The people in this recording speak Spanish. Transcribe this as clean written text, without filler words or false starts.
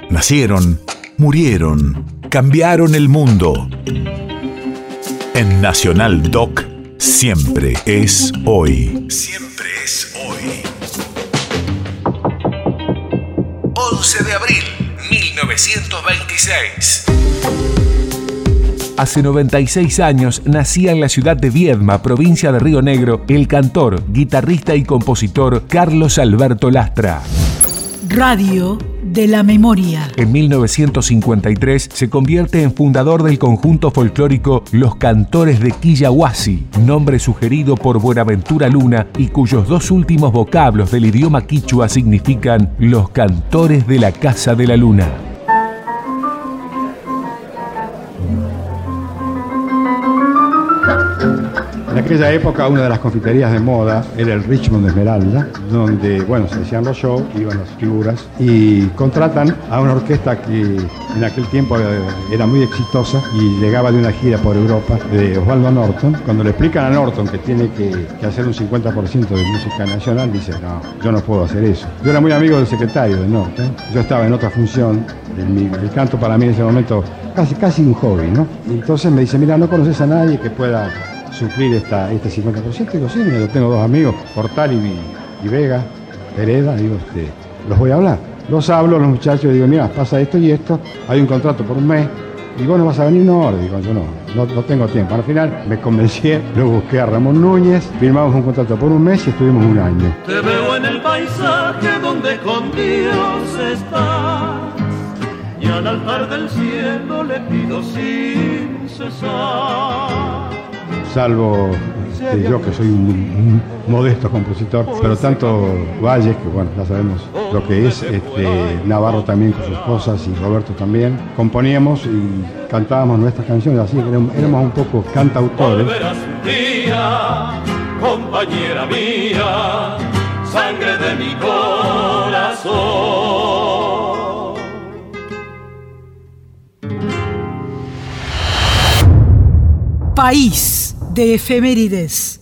Nacieron, murieron, cambiaron el mundo. En Nacional Doc, siempre es hoy. Siempre es hoy. 11 de abril, 1926. Hace 96 años nacía en la ciudad de Viedma, provincia de Río Negro, el cantor, guitarrista y compositor Carlos Alberto Lastra. Radio de la Memoria. En 1953 se convierte en fundador del conjunto folclórico Los Cantores de Quillahuasi, nombre sugerido por Buenaventura Luna y cuyos dos últimos vocablos del idioma quichua significan Los Cantores de la Casa de la Luna. En aquella época una de las confiterías de moda era el Richmond de Esmeralda, donde, se hacían los shows, iban las figuras y contratan a una orquesta que en aquel tiempo era muy exitosa y llegaba de una gira por Europa de Osvaldo Norton. Cuando le explican a Norton que tiene que hacer un 50% de música nacional, dice, no, yo no puedo hacer eso. Yo era muy amigo del secretario de Norton, yo estaba en otra función, el canto para mí en ese momento casi un hobby, ¿no? Y entonces me dice, mira, no conoces a nadie que pueda suplir este 50%, digo, sí, yo tengo dos amigos, Portal y Vega, Hereda, digo, los voy a hablar. Los hablo, los muchachos, digo, mira, pasa esto y esto, hay un contrato por un mes, y vos no vas a venir, no, digo, yo no tengo tiempo. Al final me convencí, lo busqué a Ramón Núñez, firmamos un contrato por un mes y estuvimos un año. Te veo en el paisaje donde con Dios estás, y al altar del cielo le pido sin cesar. Salvo yo que soy un modesto compositor, pero tanto Valles, que ya sabemos lo que es, Navarro también con sus cosas y Roberto también, componíamos y cantábamos nuestras canciones, así que éramos un poco cantautores. Volverás un día, compañera mía, sangre de mi corazón. País de efemérides.